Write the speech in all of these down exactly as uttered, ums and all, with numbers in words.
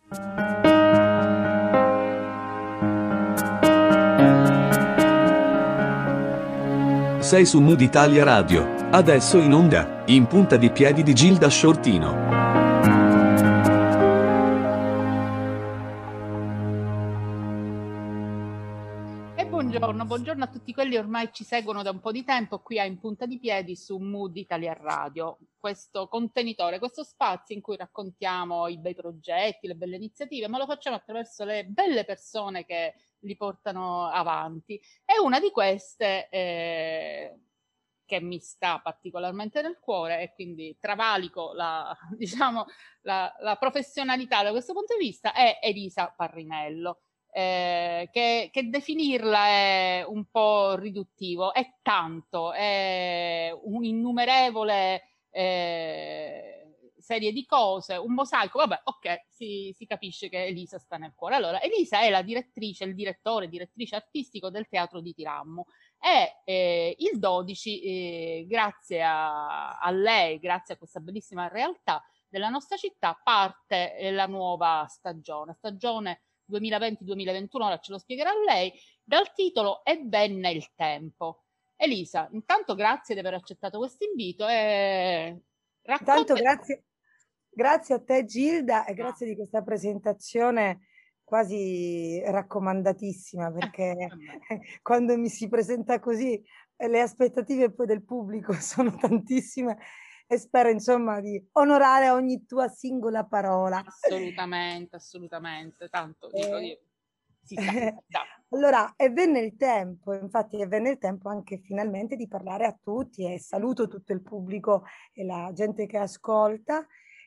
Sei su Mood Italia Radio, adesso in onda, In Punta di Piedi di Gilda Shortino. E buongiorno, buongiorno a tutti quelli che ormai ci seguono da un po' di tempo qui a In Punta di Piedi su Mood Italia Radio, questo contenitore, questo spazio in cui raccontiamo i bei progetti, le belle iniziative, ma lo facciamo attraverso le belle persone che li portano avanti. E una di queste eh, che mi sta particolarmente nel cuore e quindi travalico la, diciamo, la, la professionalità da questo punto di vista è Elisa Parrinello. Eh, che, che definirla è un po' riduttivo, è tanto, è un innumerevole eh, serie di cose, un mosaico, vabbè, ok, si, si capisce che Elisa sta nel cuore. Allora, Elisa è la direttrice, il direttore, direttrice artistico del Teatro di Tirammo e eh, il dodici, eh, grazie a, a lei, grazie a questa bellissima realtà della nostra città, parte eh, la nuova stagione, stagione duemilaventi duemilaventuno, ora ce lo spiegherà lei, dal titolo E venne il tempo. Elisa, intanto grazie di aver accettato questo invito e racconta... Intanto grazie, grazie a te Gilda e grazie di questa presentazione quasi raccomandatissima, perché quando mi si presenta così le aspettative poi del pubblico sono tantissime e spero insomma di onorare ogni tua singola parola. Assolutamente, assolutamente, tanto dico eh, io. Si sa, si sa. Allora, e venne il tempo, infatti è venne il tempo anche finalmente di parlare a tutti e saluto tutto il pubblico e la gente che ascolta.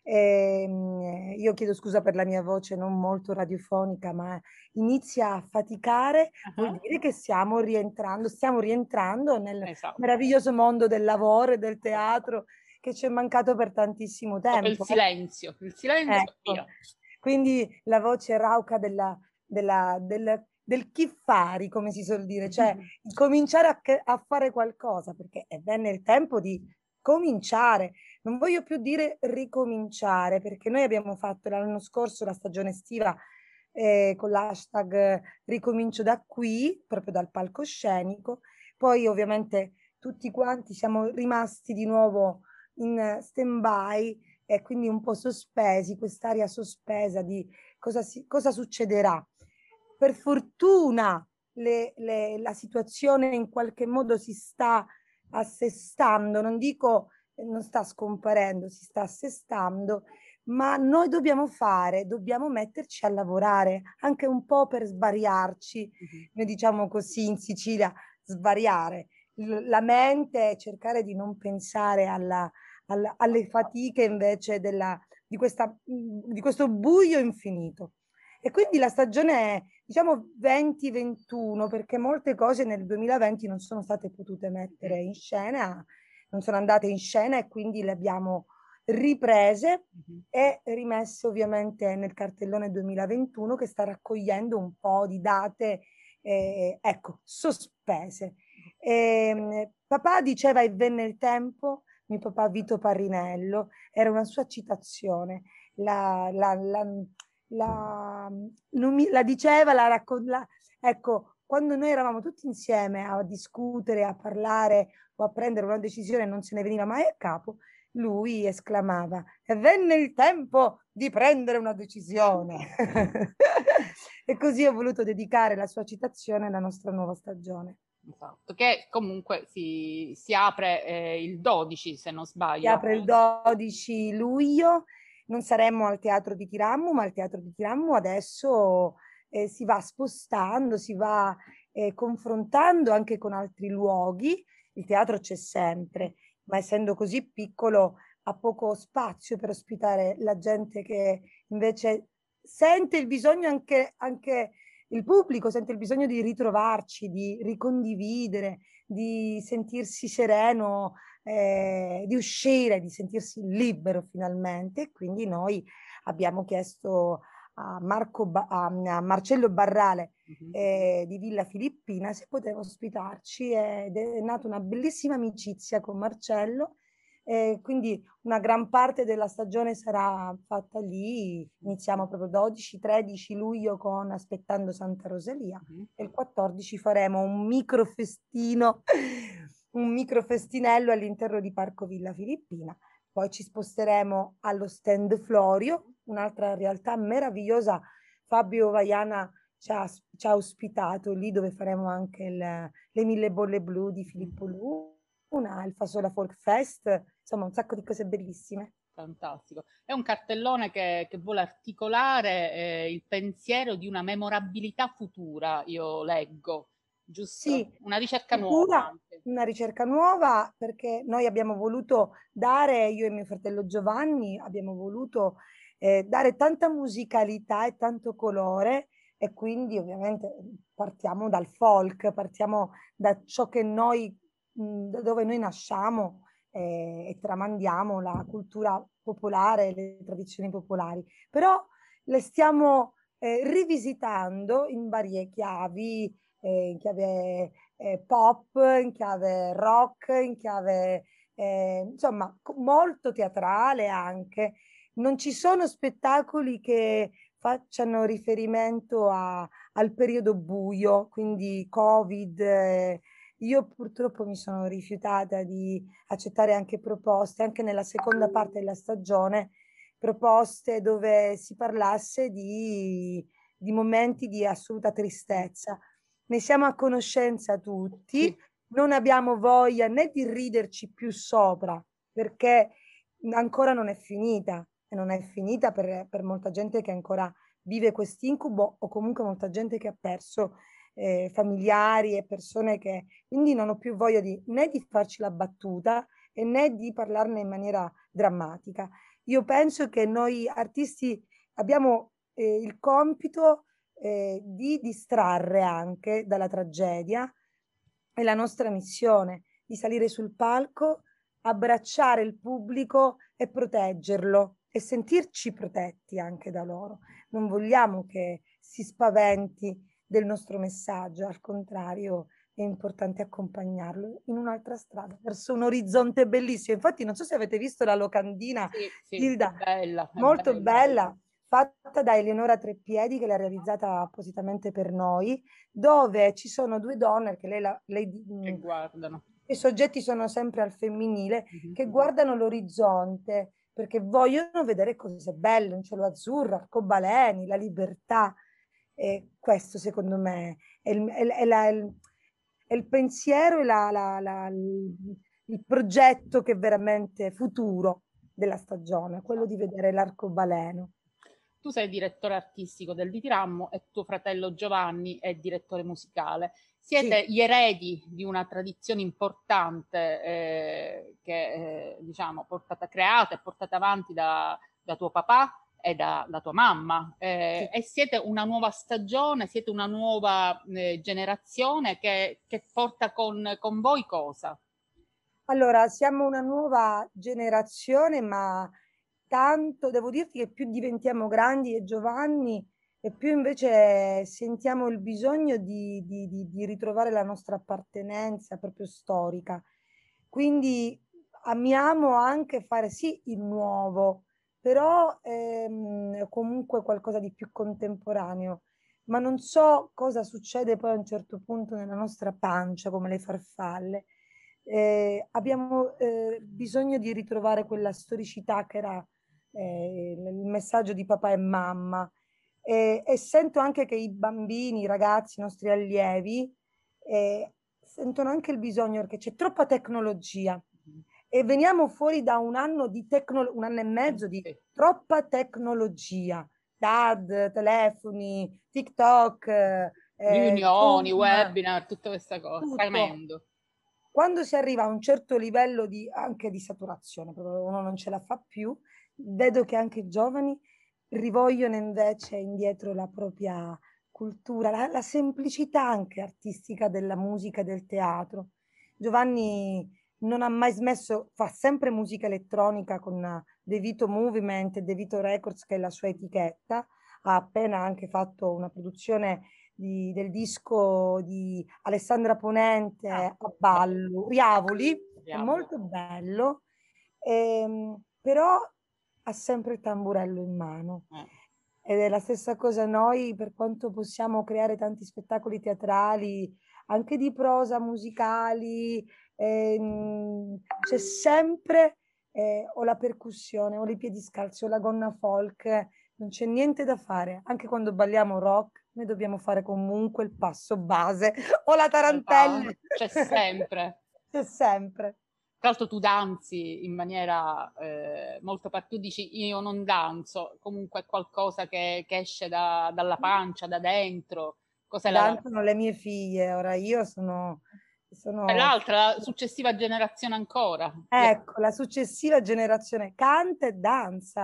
E, io chiedo scusa per la mia voce non molto radiofonica, ma inizia a faticare, uh-huh. Vuol dire che stiamo rientrando, stiamo rientrando nel esatto. meraviglioso mondo del lavoro e del teatro che ci è mancato per tantissimo tempo. Il silenzio, il silenzio, ecco. Via. Quindi la voce rauca della, della, del, del chi fari, come si suol dire, cioè mm-hmm. cominciare a, a fare qualcosa, perché è venne il tempo di cominciare. Non voglio più dire ricominciare, perché noi abbiamo fatto l'anno scorso la stagione estiva eh, con l'hashtag ricomincio da qui, proprio dal palcoscenico. Poi ovviamente tutti quanti siamo rimasti di nuovo in stand-by e quindi un po' sospesi, quest'aria sospesa di cosa, si, cosa succederà. Per fortuna le, le, la situazione in qualche modo si sta assestando, non dico non sta scomparendo, si sta assestando, ma noi dobbiamo fare, dobbiamo metterci a lavorare anche un po' per svariarci, mm-hmm. Noi diciamo così in Sicilia, svariare la mente e cercare di non pensare alla, alla, alle fatiche invece della, di, questa, di questo buio infinito. E quindi la stagione è, diciamo, venti ventuno, perché molte cose nel duemilaventi non sono state potute mettere in scena, non sono andate in scena e quindi le abbiamo riprese mm-hmm. e rimesse ovviamente nel cartellone duemilaventuno che sta raccogliendo un po' di date, eh, ecco, sospese. E, papà diceva e venne il tempo, mio papà Vito Parrinello, era una sua citazione, la, la, la, la, la diceva, la raccontava, ecco, quando noi eravamo tutti insieme a discutere, a parlare o a prendere una decisione non se ne veniva mai a capo, lui esclamava e venne il tempo di prendere una decisione. E così ho voluto dedicare la sua citazione alla nostra nuova stagione. Esatto, che comunque si, si apre eh, il dodici, se non sbaglio. Si apre il dodici luglio, non saremmo al Teatro di Tirammo, ma al Teatro di Tirammo adesso eh, si va spostando, si va eh, confrontando anche con altri luoghi. Il teatro c'è sempre, ma essendo così piccolo ha poco spazio per ospitare la gente che invece sente il bisogno anche... anche il pubblico sente il bisogno di ritrovarci, di ricondividere, di sentirsi sereno, eh, di uscire, di sentirsi libero finalmente. E quindi noi abbiamo chiesto a, Marco ba- a, a Marcello Barrale uh-huh. eh, di Villa Filippina se poteva ospitarci ed è nata una bellissima amicizia con Marcello Eh, quindi una gran parte della stagione sarà fatta lì. Iniziamo proprio dodici tredici luglio con Aspettando Santa Rosalia Mhm. e il quattordici faremo un micro festino, un micro festinello all'interno di Parco Villa Filippina. Poi ci sposteremo allo stand Florio, un'altra realtà meravigliosa. Fabio Vaiana ci ha, ci ha ospitato lì, dove faremo anche il, le Mille Bolle Blu di Filippo Luna, il Fasola Folk Fest, insomma un sacco di cose bellissime. Fantastico. È un cartellone che, che vuole articolare eh, il pensiero di una memorabilità futura, io leggo, Sì, giusto? Una ricerca nuova futura, anche. una ricerca nuova, perché noi abbiamo voluto dare, io e mio fratello Giovanni, abbiamo voluto eh, dare tanta musicalità e tanto colore, e quindi ovviamente partiamo dal folk, partiamo da ciò che noi, mh, da dove noi nasciamo eh, e tramandiamo la cultura popolare, le tradizioni popolari. Però le stiamo eh, rivisitando in varie chiavi, eh, in chiave eh, pop, in chiave rock, in chiave eh, insomma co- molto teatrale anche. Non ci sono spettacoli che facciano riferimento a- al periodo buio, quindi Covid. eh. Io purtroppo mi sono rifiutata di accettare anche proposte, anche nella seconda parte della stagione, proposte dove si parlasse di, di momenti di assoluta tristezza. Ne siamo a conoscenza tutti, Sì. non abbiamo voglia né di riderci più sopra, perché ancora non è finita, e non è finita per, per molta gente che ancora vive quest'incubo, o comunque molta gente che ha perso eh, familiari e persone che... Quindi non ho più voglia di, né di farci la battuta e né di parlarne in maniera drammatica. Io penso che noi artisti abbiamo eh, il compito eh, di distrarre anche dalla tragedia. È la nostra missione di salire sul palco, abbracciare il pubblico e proteggerlo e sentirci protetti anche da loro. Non vogliamo che si spaventi del nostro messaggio, al contrario, è importante accompagnarlo in un'altra strada, verso un orizzonte bellissimo. Infatti, non so se avete visto la locandina, Sì, sì, è Gilda, bella, è molto bella. bella, fatta da Eleonora Treppiedi, che l'ha realizzata appositamente per noi, dove ci sono due donne, che lei, la, lei Che mh, guardano. i soggetti sono sempre al femminile, Mhm. che guardano l'orizzonte perché vogliono vedere cose belle, un cielo azzurro, arcobaleni, la libertà. E questo secondo me è il, è, è la, il, è il pensiero e la, la, la, il, il progetto che è veramente futuro della stagione, quello di vedere l'arcobaleno. Tu sei direttore artistico del Ditirammo e tuo fratello Giovanni è direttore musicale. Sì, Siete gli eredi di una tradizione importante eh, che eh, diciamo portata creata e portata avanti da, da tuo papà e da, da tua mamma eh, sì. e siete una nuova stagione, siete una nuova eh, generazione che, che porta con, con voi cosa? Allora, siamo una nuova generazione, ma tanto devo dirti che più diventiamo grandi e Giovanni, e più invece sentiamo il bisogno di, di- di- di ritrovare la nostra appartenenza proprio storica. Quindi amiamo anche fare sì il nuovo, però ehm, comunque qualcosa di più contemporaneo. Ma non so cosa succede poi a un certo punto nella nostra pancia, come le farfalle. Eh, abbiamo eh, bisogno di ritrovare quella storicità che era eh, il messaggio di papà e mamma. E, e sento anche che i bambini, i ragazzi, i nostri allievi, eh, sentono anche il bisogno, perché c'è troppa tecnologia e veniamo fuori da un anno di tecno- un anno e mezzo di Sì. troppa tecnologia, dad, telefoni, TikTok, eh, Riunioni, Zoom, webinar, tutta questa cosa, tutto. tremendo. Quando si arriva a un certo livello di, anche di saturazione, proprio uno non ce la fa più, vedo che anche i giovani rivogliono invece indietro la propria cultura, la, la semplicità anche artistica della musica e del teatro. Giovanni non ha mai smesso, fa sempre musica elettronica con De Vito Movement e De Vito Records, che è la sua etichetta. Ha appena anche fatto una produzione di- del disco di Alessandra Ponente Ah, a ballo, Riavoli, è diavolo. molto bello. Ehm, però ha sempre il tamburello in mano. Eh. Ed è la stessa cosa noi, per quanto possiamo creare tanti spettacoli teatrali, anche di prosa, musicali, ehm, c'è sempre eh, o la percussione, o i piedi scalzi, o la gonna folk, non c'è niente da fare. Anche quando balliamo rock, noi dobbiamo fare comunque il passo base o la tarantella. Esatto, c'è sempre. C'è sempre. Tra l'altro tu danzi in maniera eh, molto particolare, tu dici io non danzo, comunque è qualcosa che, che esce da- dalla pancia, da dentro. Cos'è la, Danzano le mie figlie, ora io sono, è sono l'altra, la successiva generazione ancora? Le- ecco, la successiva generazione canta e danza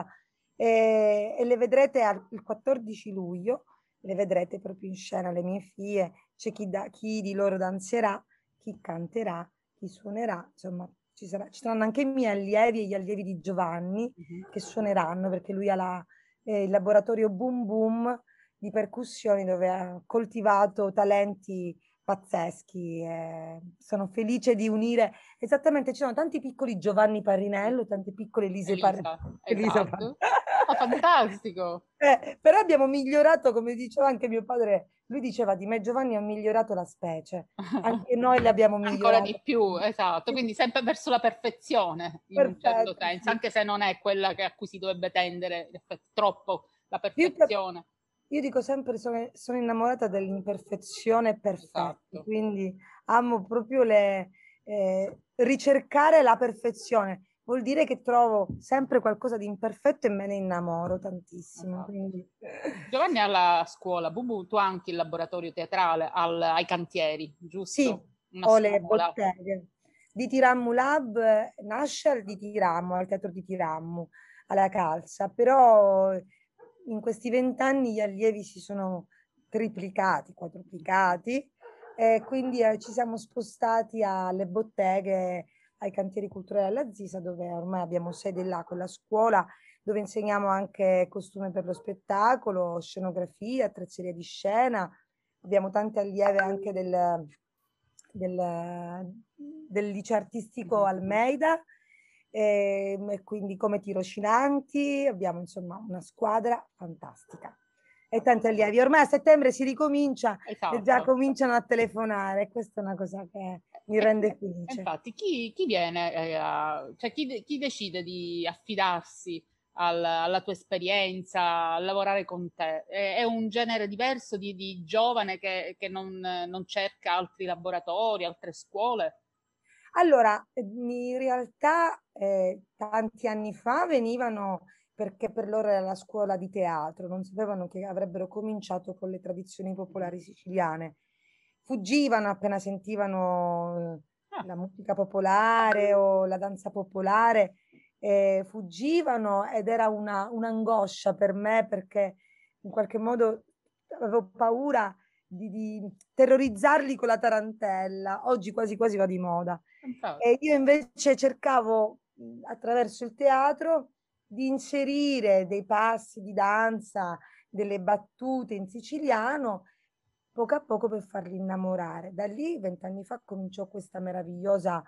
e, e le vedrete al, il quattordici luglio, le vedrete proprio in scena le mie figlie, c'è chi, da- chi di loro danzerà, chi canterà, chi suonerà, insomma ci, sarà- ci saranno anche i miei allievi e gli allievi di Giovanni Mhm. che suoneranno perché lui ha la- eh, il laboratorio Boom Boom di percussioni dove ha coltivato talenti pazzeschi. Eh, sono felice di unire. Esattamente, ci sono tanti piccoli Giovanni Parinello, tante piccole Elise Par- Elisa, Elisa Par- esatto. Ah, fantastico. Eh, però abbiamo migliorato, come diceva anche mio padre, lui diceva di me Giovanni ho migliorato la specie, anche noi l'abbiamo Ancora migliorato. di più, esatto, quindi sempre verso la perfezione in un certo Perfetto, senso, sì. anche se non è quella che- a cui si dovrebbe tendere in effetti, troppo la Più per- perfezione. Io dico sempre sono, sono innamorata dell'imperfezione perfetta, Esatto. quindi amo proprio le, eh, ricercare la perfezione. Vuol dire che trovo sempre qualcosa di imperfetto e me ne innamoro tantissimo. Esatto. Quindi... Giovanni alla scuola, Bubu, tu hai anche il laboratorio teatrale al- ai cantieri, Sì, giusto? Una ho le scuola. botteghe. Di Tirammu Lab eh, nasce al di Tirammu, al teatro di Tirammu, alla Calza, però in questi vent'anni gli allievi si sono triplicati, quadruplicati, e quindi eh, ci siamo spostati alle botteghe, ai cantieri culturali alla Zisa, dove ormai abbiamo sede là con la scuola, dove insegniamo anche costume per lo spettacolo, scenografia, attrezzeria di scena. Abbiamo tante allieve anche del, del, del liceo artistico Almeida, e, e quindi come tirocinanti abbiamo insomma una squadra fantastica e tanti allievi. Ormai a settembre si ricomincia e già Esatto. cominciano a telefonare. Questa è una cosa che mi E, rende e felice. infatti, chi, chi viene, eh, a- cioè chi, de- chi decide di affidarsi al- alla tua esperienza, a lavorare con te? È, è un genere diverso di, di giovane che, che non, non cerca altri laboratori, altre scuole? Allora, in realtà eh, tanti anni fa venivano perché per loro era la scuola di teatro, non sapevano che avrebbero cominciato con le tradizioni popolari siciliane. Fuggivano appena sentivano eh, Ah, la musica popolare o la danza popolare, eh, fuggivano ed era una, un'angoscia per me perché in qualche modo avevo paura di, di terrorizzarli con la tarantella. Oggi quasi quasi va di moda. infatti. E io invece cercavo mh, attraverso il teatro di inserire dei passi di danza, delle battute in siciliano, poco a poco per farli innamorare. Da lì, vent'anni fa, cominciò questa meravigliosa,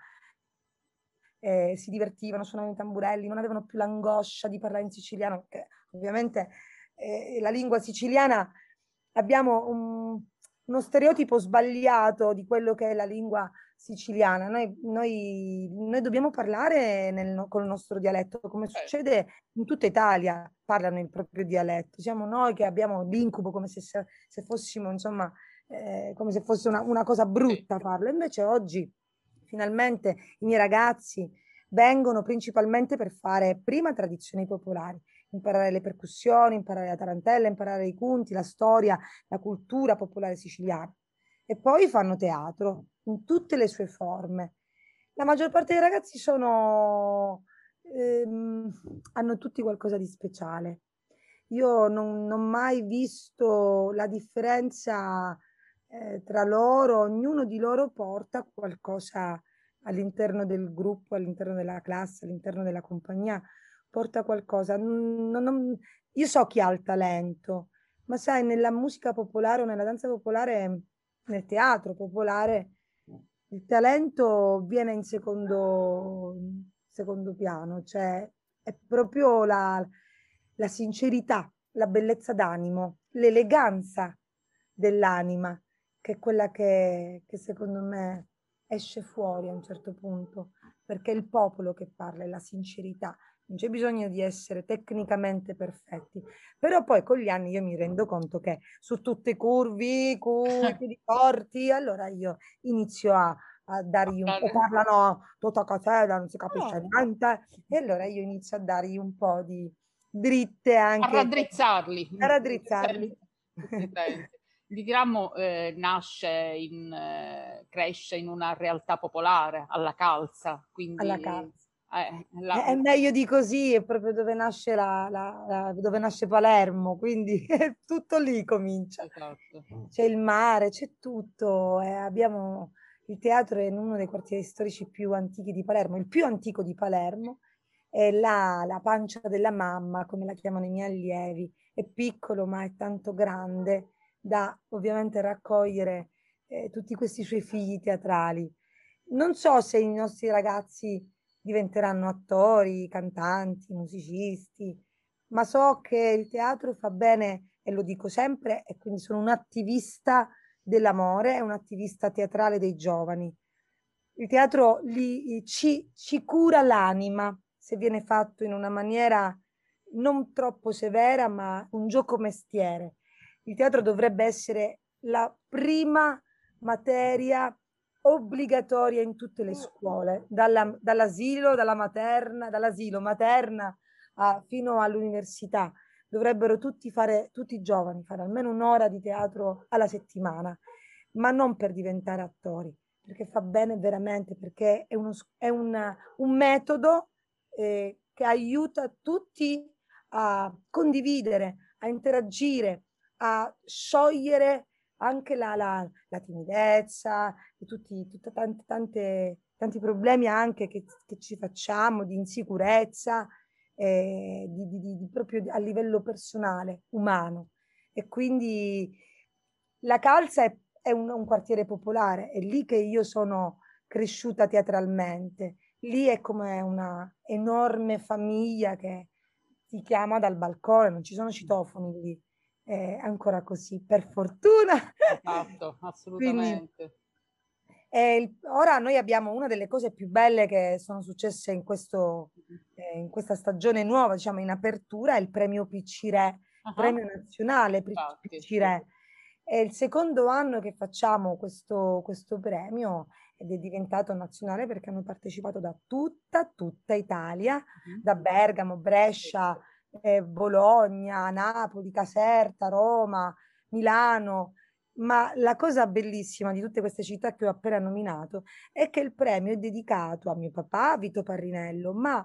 eh, si divertivano, suonavano i tamburelli, non avevano più l'angoscia di parlare in siciliano, perché ovviamente eh, la lingua siciliana abbiamo un- uno stereotipo sbagliato di quello che è la lingua siciliana. Noi, noi- noi dobbiamo parlare nel no- col nostro dialetto, come Eh, succede in tutta Italia, parlano il proprio dialetto. Siamo noi che abbiamo l'incubo come se, se se fossimo, insomma, eh, come se fosse una, una cosa sì. brutta farlo. Invece oggi, finalmente, i miei ragazzi vengono principalmente per fare prima tradizioni popolari, imparare le percussioni, imparare la tarantella, imparare i conti, la storia, la cultura popolare siciliana. E poi fanno teatro in tutte le sue forme. La maggior parte dei ragazzi sono, ehm, hanno tutti qualcosa di speciale. Io non, non ho mai visto la differenza eh, tra loro, ognuno di loro porta qualcosa all'interno del gruppo, all'interno della classe, all'interno della compagnia, porta qualcosa. Non- non- io so chi ha il talento, ma sai, nella musica popolare o nella danza popolare, nel teatro popolare, il talento viene in secondo, secondo piano, cioè è proprio la, la sincerità, la bellezza d'animo, l'eleganza dell'anima, che è quella che, che secondo me esce fuori a un certo punto, perché è il popolo che parla, è la sincerità. Non c'è bisogno di essere tecnicamente perfetti, però poi con gli anni io mi rendo conto che su tutte curvi, coi piedi corti, allora io inizio a, a dargli un po', o parlano tutta casella, non si capisce Oh. niente, e allora io inizio a dargli un po' di dritte A anche, raddrizzarli. a raddrizzarli. In tutti i sensi. Il Grammo eh, nasce in, eh, cresce in una realtà popolare, alla Calza, Alla quindi calza. eh, È, la- è meglio di così, è proprio dove nasce, la, la- la- dove nasce Palermo, quindi è tutto lì comincia. esatto. C'è il mare, c'è tutto. eh, abbiamo il teatro è in uno dei quartieri storici più antichi di Palermo, il più antico di Palermo, è là la pancia della mamma, come la chiamano i miei allievi. È piccolo, ma è tanto grande da ovviamente raccogliere eh, tutti questi suoi figli teatrali. Non so se i nostri ragazzi diventeranno attori, cantanti, musicisti, ma so che il teatro fa bene, e lo dico sempre, e quindi sono un'attivista dell'amore, è un'attivista teatrale dei giovani. Il teatro li, ci, ci cura l'anima se viene fatto in una maniera non troppo severa, ma un gioco mestiere. Il teatro dovrebbe essere la prima materia obbligatoria in tutte le scuole, dalla, dall'asilo, dalla materna, dall'asilo materna a, fino all'università. Dovrebbero tutti fare, tutti i giovani fare almeno un'ora di teatro alla settimana, ma non per diventare attori, perché fa bene veramente, perché è, uno, è una, un metodo eh, che aiuta tutti a condividere, a interagire, a sciogliere anche la, la, la timidezza, e tutti, tutte, tante, tante, tanti problemi anche che, che ci facciamo di insicurezza, eh, di, di, di, proprio a livello personale, umano. E quindi la Calza è, è un, un quartiere popolare, è lì che io sono cresciuta teatralmente. Lì è come una enorme famiglia che ti chiama dal balcone, non ci sono citofoni lì, è ancora così, per fortuna. Esatto, Quindi assolutamente. eh, il- ora noi abbiamo una delle cose più belle che sono successe in questo, eh, in questa stagione nuova, diciamo in apertura, è il premio P C Re, Ah, premio nazionale P- infatti. PC Re. È il secondo anno che facciamo questo, questo premio ed è diventato nazionale perché hanno partecipato da tutta, tutta Italia, Mhm. da Bergamo, Brescia, eh, Bologna, Napoli, Caserta, Roma, Milano. Ma la cosa bellissima di tutte queste città che ho appena nominato è che il premio è dedicato a mio papà, Vito Parrinello, ma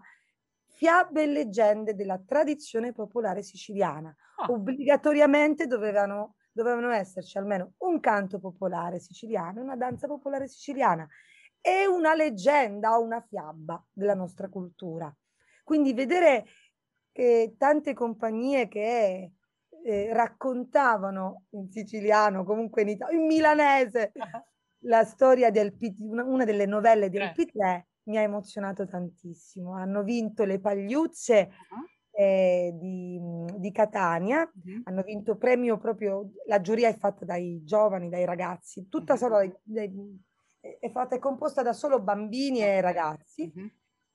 fiabe e leggende della tradizione popolare siciliana. Ah, Obbligatoriamente dovevano, dovevano esserci almeno un canto popolare siciliano, una danza popolare siciliana e una leggenda o una fiaba della nostra cultura. Quindi vedere che tante compagnie che eh, raccontavano in siciliano, comunque in, ita- in milanese, la storia del P T, una, una delle novelle del tre. P tre mi ha emozionato tantissimo. Hanno vinto le Pagliuzze Ah, eh, di, di Catania, mhm, hanno vinto premio proprio, la giuria è fatta dai giovani, dai ragazzi, tutta mhm. solo dai, dai- è fatta, è composta da solo bambini e Ok. ragazzi Mhm.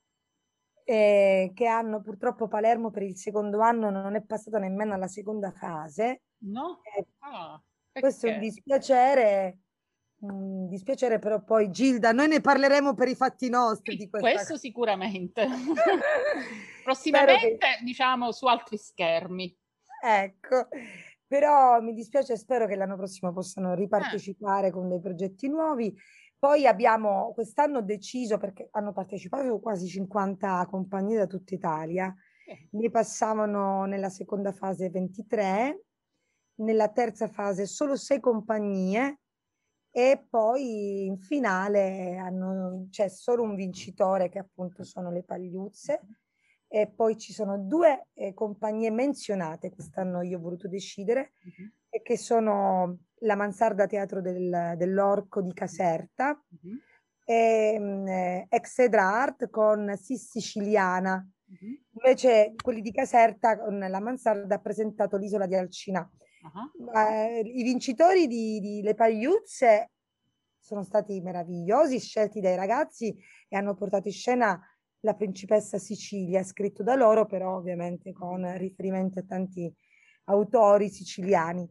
eh, che hanno purtroppo Palermo per il secondo anno non è passato nemmeno alla seconda fase. No? Eh, Ah, questo è un perché? dispiacere, un dispiacere, però poi Gilda, noi ne parleremo per i fatti nostri Sì, di questa questo cosa. sicuramente. Spero che, Prossimamente, diciamo, su altri schermi. ecco, però mi dispiace e spero che l'anno prossimo possano Eh, ripartecipare con dei progetti nuovi. Poi abbiamo quest'anno deciso, perché hanno partecipato quasi cinquanta compagnie da tutta Italia, sì. ne passavano nella seconda fase ventitré, nella terza fase solo sei compagnie e poi in finale hanno- c'è solo un vincitore che appunto sono le Pagliuzze e poi ci sono due eh, compagnie menzionate quest'anno io ho voluto decidere Mhm, e che sono la Mansarda Teatro del- dell'Orco di Caserta mhm. e mm, eh, Excedra Art con Sis Siciliana. Mhm. Invece quelli di Caserta con la Mansarda ha presentato l'Isola di Alcina. Ah, Eh, I vincitori di, di Le Pagliuzze sono stati meravigliosi, scelti dai ragazzi e hanno portato in scena La Principessa Sicilia, scritto da loro, però ovviamente con riferimenti a tanti autori siciliani.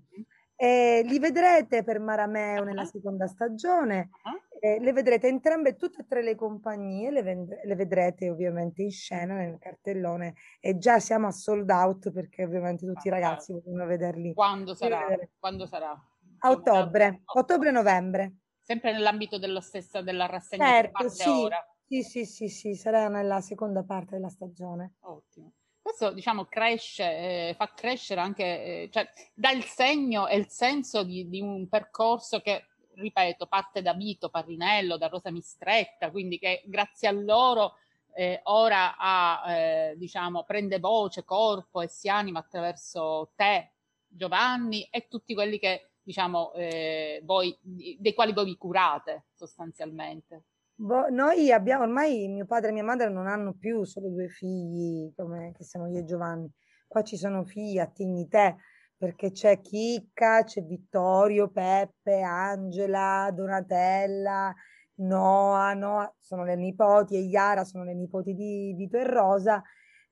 E li vedrete per Marameo nella ah, seconda stagione. ah. Eh, le vedrete entrambe, tutte e tre le compagnie, le, vend- le vedrete ovviamente in scena nel cartellone e già siamo a sold out perché ovviamente tutti i ragazzi Fantastico. vogliono vederli. Quando Vogliono sarà? vedere. Quando sarà? A Più o meno- ottobre, oh, ottobre-novembre. sempre nell'ambito dello stesso, della rassegna che Certo, parte sì, ora. sì, sì, sì, sì, sarà nella seconda parte della stagione. Ottimo. Questo, diciamo, cresce, eh, fa crescere anche, eh, cioè, dà il segno e il senso di, di un percorso che, ripeto, parte da Vito Parrinello, da Rosa Mistretta, quindi che grazie a loro eh, ora ha, eh, diciamo, prende voce, corpo e si anima attraverso te, Giovanni, e tutti quelli che, diciamo, eh, voi, dei quali voi vi curate sostanzialmente. Boh, noi abbiamo, ormai mio padre e mia madre non hanno più solo due figli, come che siamo io e Giovanni. Qua ci sono figli attigni te, perché c'è Chicca, c'è Vittorio, Peppe, Angela, Donatella, Noa, Noa sono le nipoti e Iara sono le nipoti di Vito e Rosa.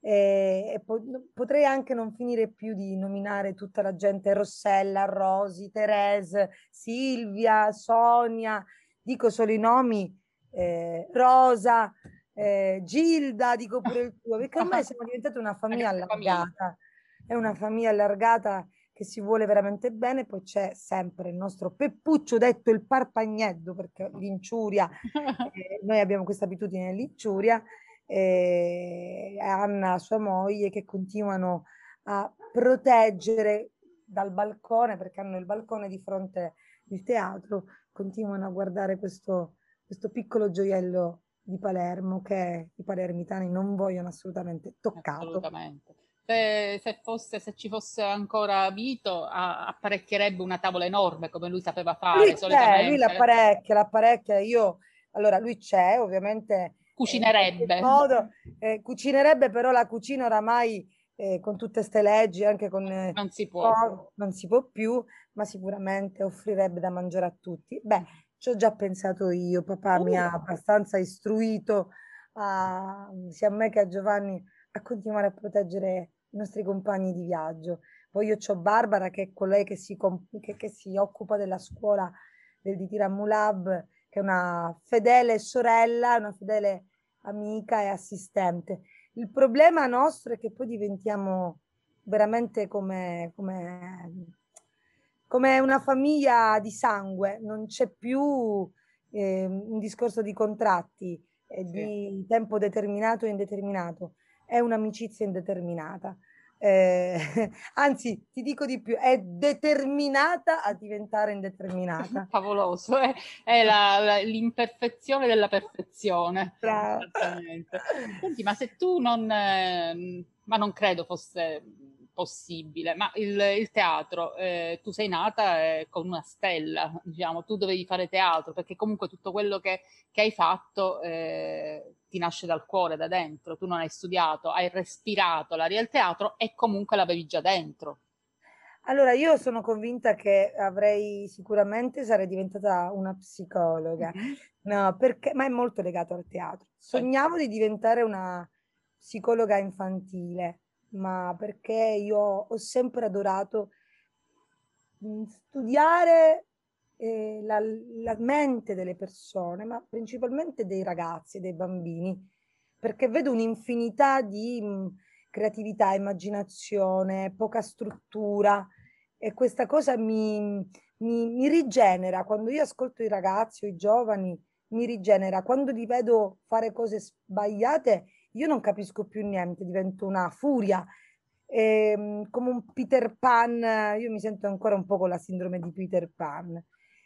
E, e po- potrei anche non finire più di nominare tutta la gente, Rossella, Rosi, Terese, Silvia, Sonia, dico solo i nomi, eh, Rosa, eh, Gilda, dico pure il tuo, perché ormai siamo diventati una Una famiglia grande famiglia. allargata, è una famiglia allargata che si vuole veramente bene, poi c'è sempre il nostro Peppuccio, detto il Parpagneddo, perché l'inciuria, eh, noi abbiamo questa abitudine dell'inciuria, e Anna, sua moglie, che continuano a proteggere dal balcone, perché hanno il balcone di fronte al teatro, continuano a guardare questo, questo piccolo gioiello di Palermo che i palermitani non vogliono assolutamente toccato. Assolutamente. Se, se fosse, se ci fosse ancora Vito, a- apparecchierebbe una tavola enorme come lui sapeva Lui fare c'è, lui solitamente. l'apparecchia, l'apparecchia, io, allora lui c'è, ovviamente eh, in qualche Cucinerebbe. modo, eh, cucinerebbe, però la cucina oramai eh, con tutte ste leggi, anche con eh, Non si può. co- non si può più, ma sicuramente offrirebbe da mangiare a tutti. Beh, ci ho già pensato io, papà mi ha Uh, abbastanza istruito a- sia a me che a Giovanni a continuare a proteggere i nostri compagni di viaggio. Poi io ho Barbara, che è colei che si, com- che, che si occupa della scuola del di Tiramulab, che è una fedele sorella, una fedele amica e assistente. Il problema nostro è che poi diventiamo veramente come, come, come una famiglia di sangue, non c'è più eh, un discorso di contratti, eh, sì. di tempo determinato e indeterminato, è un'amicizia indeterminata. Eh, anzi, ti dico di più, è determinata a diventare indeterminata. Favoloso, è, è la- la- l'imperfezione della perfezione. Brava. Esattamente. Senti, ma se tu non, eh, ma non credo fosse possibile, ma il, il teatro, eh, tu sei nata eh, con una stella, diciamo, tu dovevi fare teatro, perché comunque tutto quello che, che hai fatto eh, ti nasce dal cuore, da dentro, tu non hai studiato, hai respirato l'aria del teatro e comunque l'avevi già dentro. Allora, io sono convinta che avrei sicuramente sarei diventata una psicologa, Mhm. no, perché, ma è molto legato al teatro. Cioè, Sognavo di diventare una psicologa infantile, ma perché io ho sempre adorato mh, studiare eh, la, la mente delle persone, ma principalmente dei ragazzi, dei bambini, perché vedo un'infinità di mh, creatività, immaginazione, poca struttura e questa cosa mi, mi, mi rigenera. Quando io ascolto i ragazzi o i giovani, mi rigenera. Quando li vedo fare cose sbagliate, io non capisco più niente, divento una furia. Ehm, come un Peter Pan, io mi sento ancora un po' con la sindrome di Peter Pan.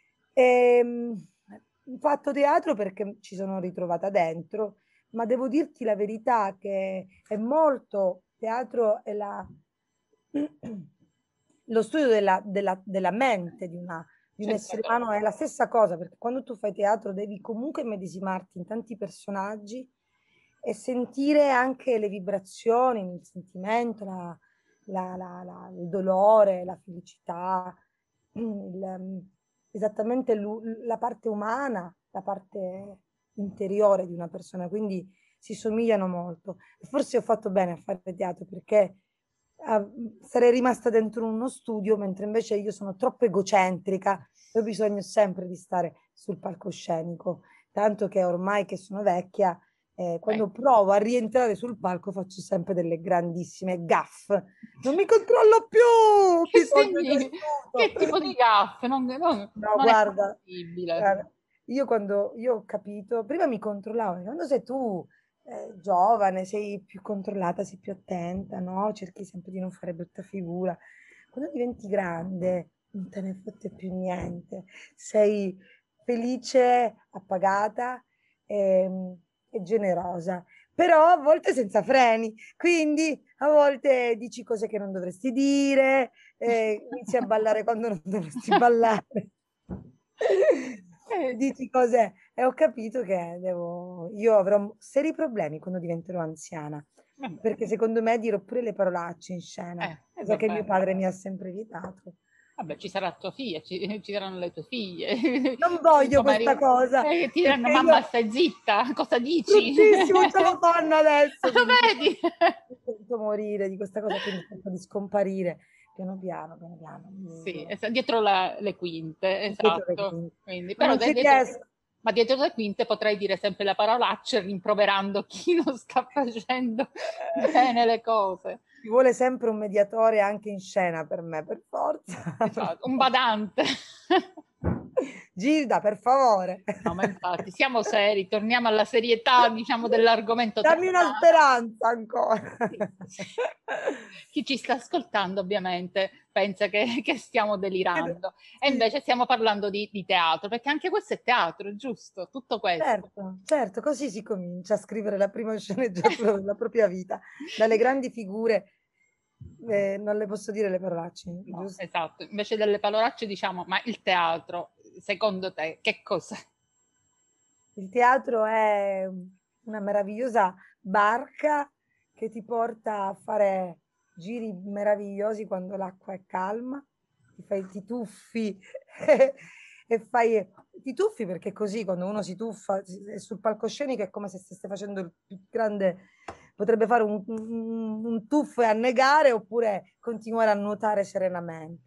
Ehm, ho fatto teatro perché ci sono ritrovata dentro, ma devo dirti la verità che è molto teatro è la, lo studio della, della- della mente di una di un essere umano è la stessa cosa, perché quando tu fai teatro devi comunque medesimarti in tanti personaggi e sentire anche le vibrazioni, il sentimento, la, la, la, la, il dolore, la felicità, il, esattamente la parte umana, la parte interiore di una persona, quindi si somigliano molto. E forse ho fatto bene a fare teatro perché uh, sarei rimasta dentro uno studio, mentre invece io sono troppo egocentrica e ho bisogno sempre di stare sul palcoscenico, tanto che ormai che sono vecchia, eh, quando Beh. provo a rientrare sul palco faccio sempre delle grandissime gaffe. Non mi controllo più! Che, segni, che tipo di gaffe? Non, non, no, non guarda, è possibile. Guarda, io quando io ho capito, prima mi controllavo, quando sei tu eh, giovane, sei più controllata, sei più attenta, no? Cerchi sempre di non fare brutta figura. Quando diventi grande, non te ne fotte più niente. Sei felice, appagata e, e generosa, però a volte senza freni. Quindi a volte dici cose che non dovresti dire, eh, inizi a ballare quando non dovresti ballare. Dici cose e ho capito che devo io avrò seri problemi quando diventerò anziana, vabbè. Perché secondo me dirò pure le parolacce in scena, eh, cosa che mio padre mi ha sempre evitato. Vabbè, ci sarà tua figlia, ci, ci saranno le tue figlie. Non voglio questa cosa. Eh, ti diranno, mamma, io... stai zitta, cosa dici? Bruttissimo, ce lo fanno adesso. Lo vedi? Sento morire di questa cosa, quindi cerco di scomparire. Piano piano, piano piano. Sì, dietro la, le quinte, esatto. Le quinte. Quindi, però dietro, ma dietro le quinte potrei dire sempre la parolaccia rimproverando chi non sta facendo bene le cose. Ci vuole sempre un mediatore anche in scena per me, per forza. Esatto, un badante. Gilda, per favore. No, ma infatti, siamo seri, torniamo alla serietà, diciamo, dell'argomento. Dammi una speranza ancora. Sì. Chi ci sta ascoltando, ovviamente, pensa che, che stiamo delirando. E invece stiamo parlando di, di teatro, perché anche questo è teatro, giusto? Tutto questo. Certo, certo, così si comincia a scrivere la prima sceneggiatura della propria vita. Dalle grandi figure, eh, non le posso dire le parolacce, no, giusto? Esatto, invece delle parolacce diciamo, ma il teatro, secondo te, che cos'è? Il teatro è una meravigliosa barca che ti porta a fare giri meravigliosi quando l'acqua è calma, ti, fai, ti tuffi e fai, ti tuffi perché così quando uno si tuffa sul palcoscenico è come se stesse facendo il più grande, potrebbe fare un, un, un tuffo e annegare oppure continuare a nuotare serenamente.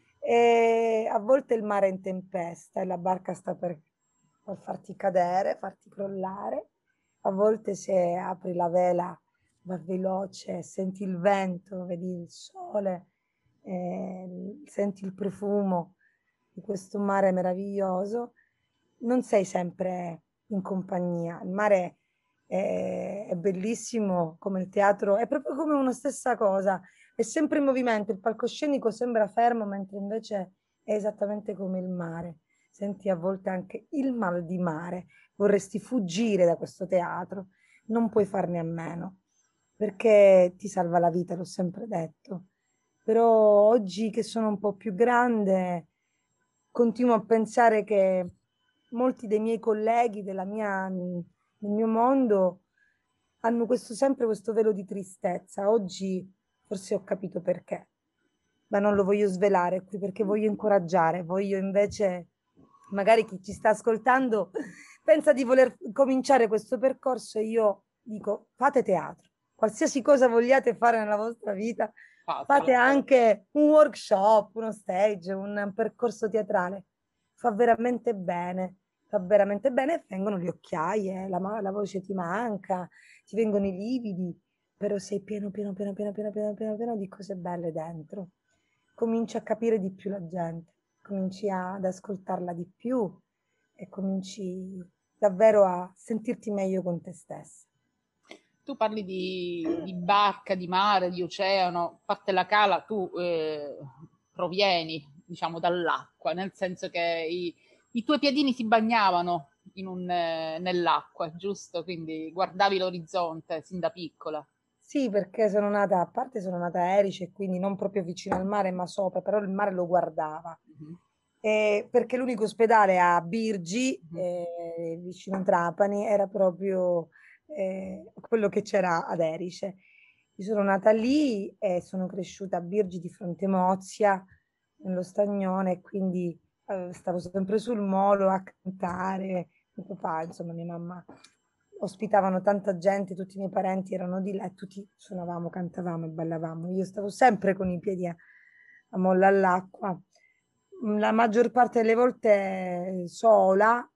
E a volte il mare è in tempesta e la barca sta per, per farti cadere, farti crollare. A volte se apri la vela va veloce, senti il vento, vedi il sole, eh, senti il profumo di questo mare meraviglioso. Non sei sempre in compagnia. Il mare è, è bellissimo come il teatro, è proprio come una stessa cosa. È sempre in movimento, il palcoscenico sembra fermo, mentre invece è esattamente come il mare. Senti a volte anche il mal di mare, vorresti fuggire da questo teatro, non puoi farne a meno, perché ti salva la vita, l'ho sempre detto. Però oggi che sono un po' più grande, continuo a pensare che molti dei miei colleghi della mia, del mio mondo hanno questo, sempre questo velo di tristezza. Oggi forse ho capito perché, ma non lo voglio svelare qui perché voglio incoraggiare, voglio invece, magari chi ci sta ascoltando pensa di voler cominciare questo percorso e io dico fate teatro, qualsiasi cosa vogliate fare nella vostra vita, Fatelo. Fate anche un workshop, uno stage, un percorso teatrale, fa veramente bene, fa veramente bene e vengono le occhiaie, la, la voce ti manca, ti vengono i lividi, però sei pieno, pieno, pieno, pieno, pieno, pieno, pieno, pieno di cose belle dentro. Cominci a capire di più la gente, cominci ad ascoltarla di più e cominci davvero a sentirti meglio con te stessa. Tu parli di, di barca, di mare, di oceano, a parte la cala, tu eh, provieni, diciamo, dall'acqua, nel senso che i, i tuoi piedini si bagnavano in un, eh, nell'acqua, giusto? Quindi guardavi l'orizzonte sin da piccola. Sì, perché sono nata, a parte sono nata a Erice, quindi non proprio vicino al mare, ma sopra, però il mare lo guardava. Mm-hmm. eh, perché l'unico ospedale a Birgi, Mhm. eh, vicino a Trapani, era proprio eh, quello che c'era ad Erice. Io sono nata lì e sono cresciuta a Birgi di Frontemozia, nello Stagnone, e quindi eh, stavo sempre sul molo a cantare. Mio papà, insomma, mia mamma ospitavano tanta gente, tutti i miei parenti erano di là e tutti suonavamo, cantavamo e ballavamo. Io stavo sempre con i piedi a, a molla all'acqua, la maggior parte delle volte sola,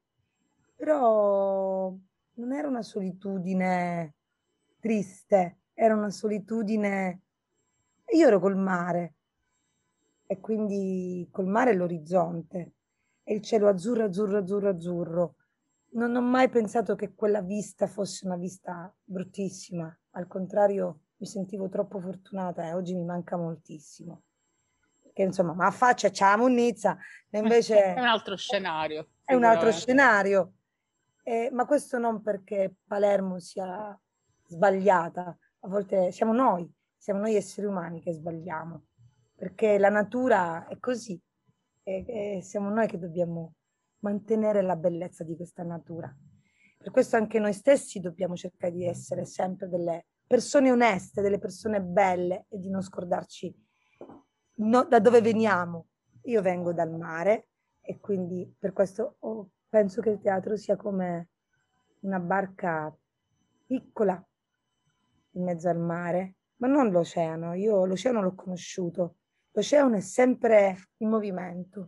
però non era una solitudine triste, era una solitudine. Io ero col mare e quindi col mare e l'orizzonte e il cielo azzurro, azzurro, azzurro, azzurro. Non ho mai pensato che quella vista fosse una vista bruttissima, al contrario, mi sentivo troppo fortunata e oggi mi manca moltissimo. Perché insomma, ma affaccia, c'è la munnizza, e È un invece altro scenario, è un altro sicuramente. scenario. Eh, ma questo non perché Palermo sia sbagliata, a volte siamo noi, siamo noi esseri umani che sbagliamo, perché la natura è così e, e siamo noi che dobbiamo mantenere la bellezza di questa natura. Per questo anche noi stessi dobbiamo cercare di essere sempre delle persone oneste, delle persone belle e di non scordarci no- da dove veniamo. Io vengo dal mare e quindi per questo oh, penso che il teatro sia come una barca piccola in mezzo al mare, ma non l'oceano. Io l'oceano l'ho conosciuto. L'oceano è sempre in movimento.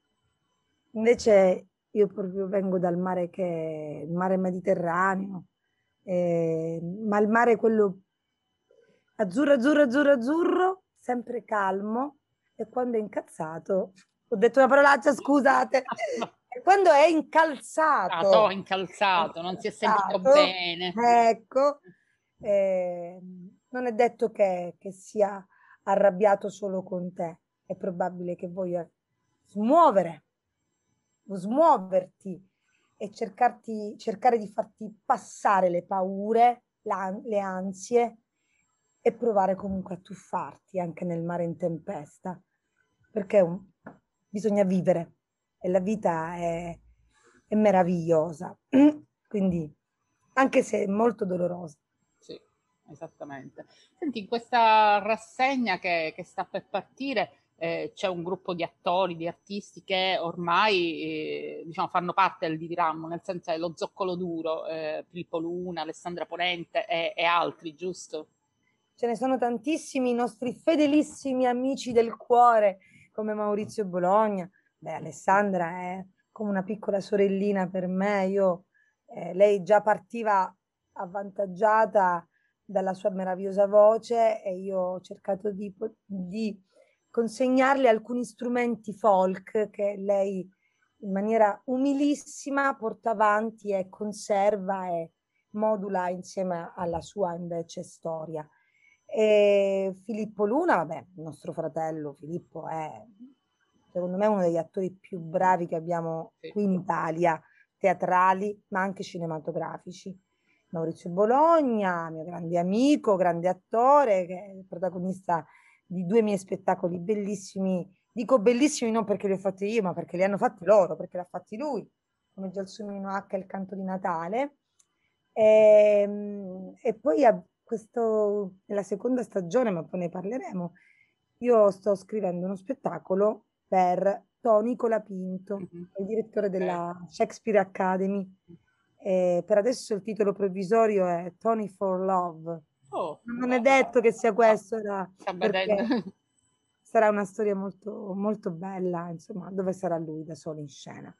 Invece io proprio vengo dal mare che è il mare Mediterraneo, eh, ma il mare quello azzurro, azzurro, azzurro, azzurro, sempre calmo, e quando è incazzato, ho detto una parolaccia, scusate, e quando è Stato incalzato, è incalzato, non si è sentito incalzato, bene. ecco, eh, non è detto che, che sia arrabbiato solo con te, è probabile che voglia smuovere, smuoverti e cercarti, cercare di farti passare le paure, la- le ansie e provare comunque a tuffarti anche nel mare in tempesta, perché un- bisogna vivere e la vita è, è meravigliosa, quindi anche se è molto dolorosa. Sì, esattamente. Senti, in questa rassegna che, che sta per partire eh, c'è un gruppo di attori, di artisti che ormai eh, diciamo, fanno parte del Divirammo, nel senso è lo Zoccolo Duro, eh, Filippo Luna, Alessandra Ponente e, e altri, giusto? Ce ne sono tantissimi nostri fedelissimi amici del cuore, come Maurizio Bologna. Beh, Alessandra è come una piccola sorellina per me. Io, eh, lei già partiva avvantaggiata dalla sua meravigliosa voce e io ho cercato di, po- di consegnarle alcuni strumenti folk che lei in maniera umilissima porta avanti e conserva e modula insieme alla sua invece storia. E Filippo Luna, vabbè, il nostro fratello Filippo è secondo me uno degli attori più bravi che abbiamo Sì. qui in Italia, teatrali ma anche cinematografici. Maurizio Bologna, mio grande amico, grande attore, che è il protagonista di due miei spettacoli bellissimi. Dico bellissimi non perché li ho fatti io, ma perché li hanno fatti loro, perché li ha fatti lui, come Gelsomino H e il canto di Natale. E, e poi a questo, nella seconda stagione, ma poi ne parleremo, io sto scrivendo uno spettacolo per Tony Colapinto, Mhm. il direttore Ok. della Shakespeare Academy. E per adesso il titolo provvisorio è Tony for Love. Oh, Non è bello. detto che sia No, questo, era sta vedendo. perché sarà una storia molto, molto bella, insomma, dove sarà lui da solo in scena.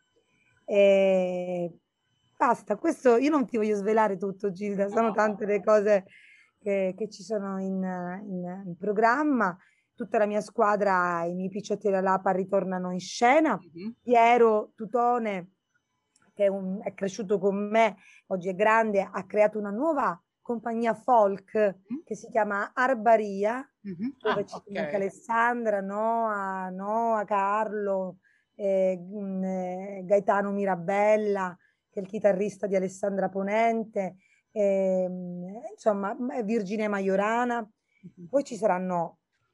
E basta, questo io non ti voglio svelare tutto, Gilda, sono No. tante le cose che, che ci sono in, in- in programma. Tutta la mia squadra, i miei picciotti della Lapa ritornano in scena. Mhm. Piero Tutone, che è, un- è cresciuto con me, oggi è grande, ha creato una nuova compagnia folk Mhm. che si chiama Arbaria, Mhm. dove Ah, ci ok. sono anche Alessandra, Noa, Noa, Carlo, eh, mh, eh, Gaetano Mirabella, che è il chitarrista di Alessandra Ponente, ehm, insomma, Virginia Maiorana. Mhm. Poi ci saranno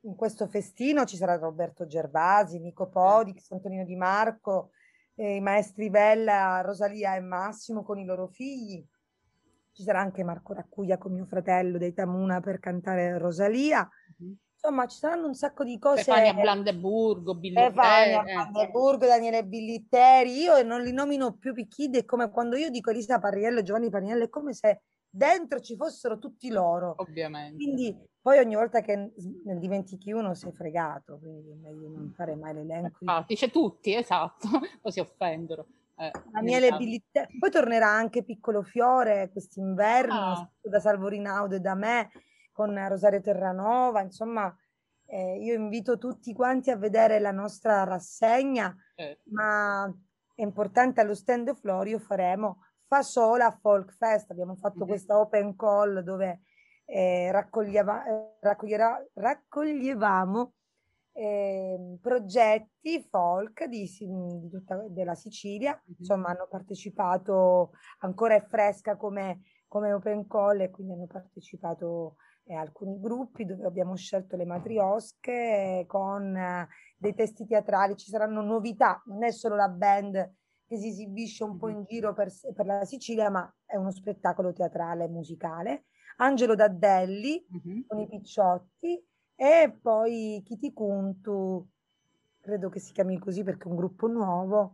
in questo festino ci sarà Roberto Gervasi, Nico Podix, Antonino Di Marco, eh, i maestri Bella, Rosalia e Massimo con i loro figli. Ci sarà anche Marco Raccuglia con mio fratello dei Tamuna per cantare Rosalia. Mhm. Insomma, ci saranno un sacco di cose. Stefania Blandeburgo, Billitteri. Stefania eh. Brandeburgo, Daniele Billitteri. Io non li nomino più Picchidi, è come quando io dico Elisa Parriello e Giovanni Paniello, è come se dentro ci fossero tutti loro. Ovviamente. Quindi poi ogni volta che ne dimentichi uno sei fregato, quindi è meglio non fare mai l'elenco. Infatti, c'è tutti, esatto, poi si offendono. Eh, Daniele Billitteri. Poi tornerà anche Piccolo Fiore quest'inverno, Ah. da Salvo Rinaudo e da me, con Rosario Terranova. Insomma, eh, io invito tutti quanti a vedere la nostra rassegna, Eh. ma è importante, allo stand Florio faremo Fasola Folk Fest. Abbiamo fatto Mhm. questa open call dove eh, raccoglieva, eh, raccoglierà- raccoglievamo eh, progetti folk di, di tutta della Sicilia. Mhm. Insomma, hanno partecipato, ancora è fresca come, come open call, e quindi hanno partecipato eh, alcuni gruppi dove abbiamo scelto le matriosche eh, con eh, dei testi teatrali. Ci saranno novità, non è solo la band che si esibisce un po' in giro per, per la Sicilia, ma è uno spettacolo teatrale musicale. Angelo Daddelli Mhm. con i Picciotti, e poi Kitty Kuntu, credo che si chiami così perché è un gruppo nuovo,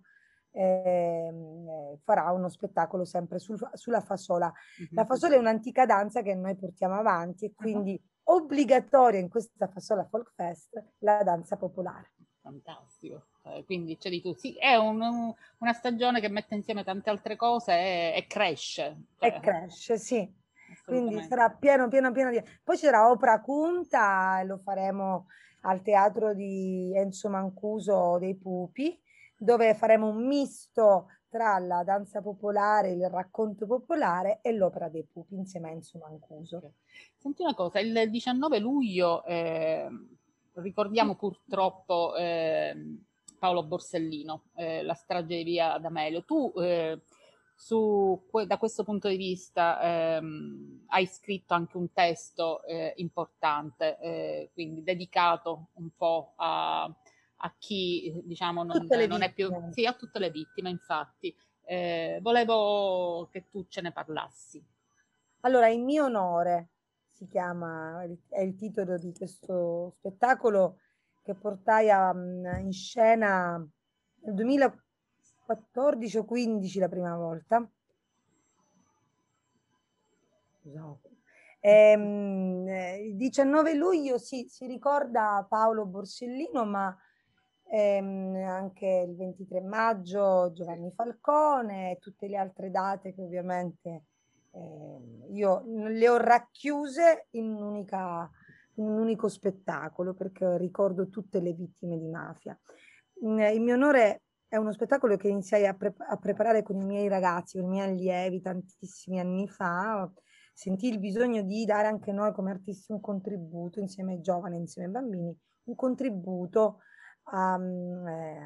ehm, eh, farà uno spettacolo sempre sul- sulla fasola. Mhm. La fasola è un'antica danza che noi portiamo avanti, e Ah. quindi obbligatoria in questa Fasola Folk Fest la danza popolare. Fantastico. Eh, quindi c'è di tutto. Sì, è un- un- una stagione che mette insieme tante altre cose e, e cresce. Cioè, E cresce, sì. Quindi assolutamente. sarà pieno, pieno, pieno di... Poi ci sarà Opera Cunta, e lo faremo al teatro di Enzo Mancuso dei Pupi, dove faremo un misto tra la danza popolare, il racconto popolare e l'opera dei Pupi insieme a Enzo Mancuso. Ok. Senti una cosa, il diciannove luglio eh, ricordiamo purtroppo eh, Paolo Borsellino, eh, la strage di Via D'Amelio. Tu eh, su, que- da questo punto di vista ehm, hai scritto anche un testo eh, importante, eh, quindi dedicato un po' a, a chi diciamo non, Tutte le non è più, vittime. sì, a tutte le vittime, infatti. Eh, volevo che tu ce ne parlassi. Allora, in mio onore si chiama, è il titolo di questo spettacolo che portai a- in scena nel duemilaquattordici o quindici la prima volta. Scusate. Ehm, eh, il diciannove luglio sì, si ricorda Paolo Borsellino, ma ehm, anche il ventitré maggio Giovanni Falcone e tutte le altre date che ovviamente ehm, io le ho racchiuse in un'unica, in un unico spettacolo, perché ricordo tutte le vittime di mafia. Mm, In mio onore è uno spettacolo che iniziai a, pre- a preparare con i miei ragazzi, con i miei allievi tantissimi anni fa. Sentii il bisogno di dare anche noi come artisti un contributo insieme ai giovani, insieme ai bambini, un contributo a, eh,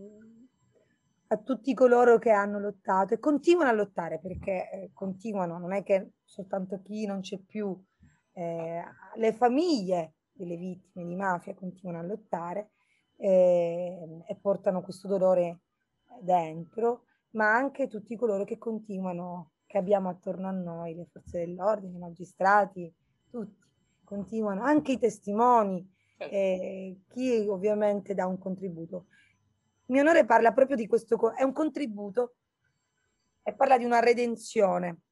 a tutti coloro che hanno lottato e continuano a lottare, perché eh, continuano, non è che soltanto chi non c'è più, eh, le famiglie delle vittime di mafia continuano a lottare eh, e portano questo dolore dentro, ma anche tutti coloro che continuano, che abbiamo attorno a noi, le forze dell'ordine, i magistrati, tutti continuano, anche i testimoni, Certo. eh, chi ovviamente dà un contributo. Mio onore parla proprio di questo, è un contributo e parla di una redenzione,